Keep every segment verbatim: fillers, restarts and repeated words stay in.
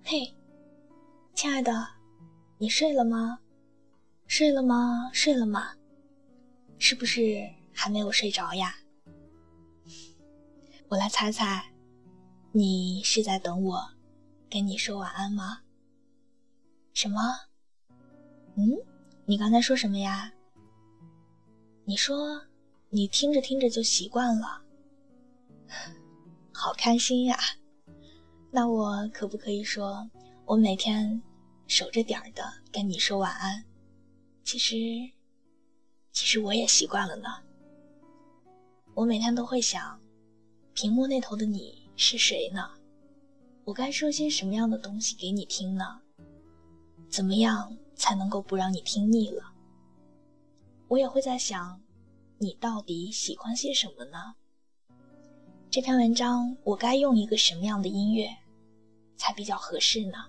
嘿，亲爱的，你睡了吗？睡了吗？睡了吗？是不是还没有睡着呀？我来猜猜，你是在等我跟你说晚安吗？什么？嗯？你刚才说什么呀？你说你听着听着就习惯了，好开心呀。那我可不可以说，我每天守着点儿的跟你说晚安？其实，其实我也习惯了呢。我每天都会想，屏幕那头的你是谁呢？我该说些什么样的东西给你听呢？怎么样才能够不让你听腻了？我也会在想，你到底喜欢些什么呢？这篇文章我该用一个什么样的音乐才比较合适呢？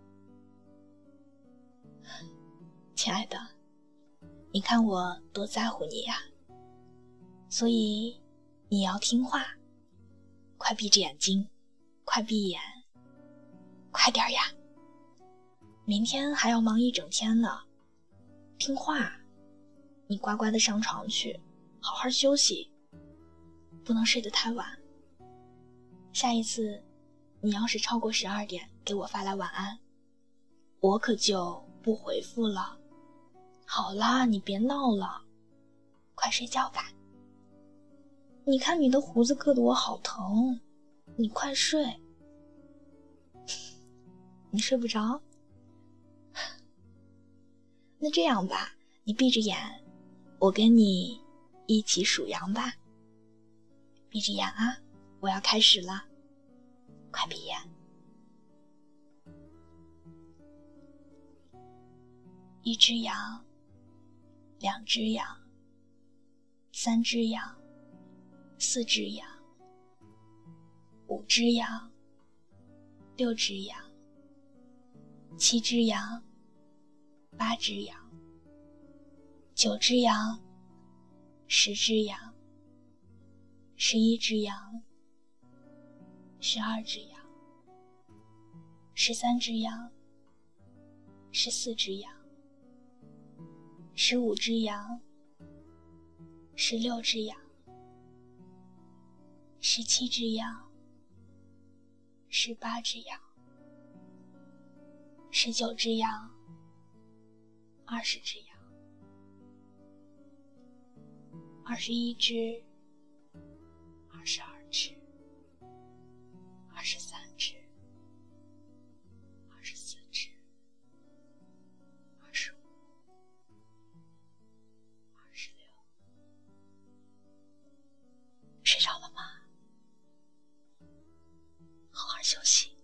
亲爱的，你看我多在乎你呀，所以你要听话，快闭着眼睛，快闭眼，快点呀，明天还要忙一整天呢。听话，你乖乖的上床去，好好休息，不能睡得太晚。下一次你要是超过十二点给我发来晚安，我可就不回复了。好啦，你别闹了，快睡觉吧。你看你的胡子硌得我好疼，你快睡。你睡不着？那这样吧，你闭着眼，我跟你一起数羊吧。闭着眼啊，我要开始了，快闭眼。一只羊，两只羊，三只羊，四只羊，五只羊，六只羊，七只羊，八只羊，九只羊，十只羊，十一只羊，十二只羊，十三只羊，十四只羊，十五只羊，十六只羊，十七只羊，十八只羊，十九只羊，二十只羊，二十一只，二十二只，二十三只，二十四只，二十五，二十六。睡着了吗？好好休息。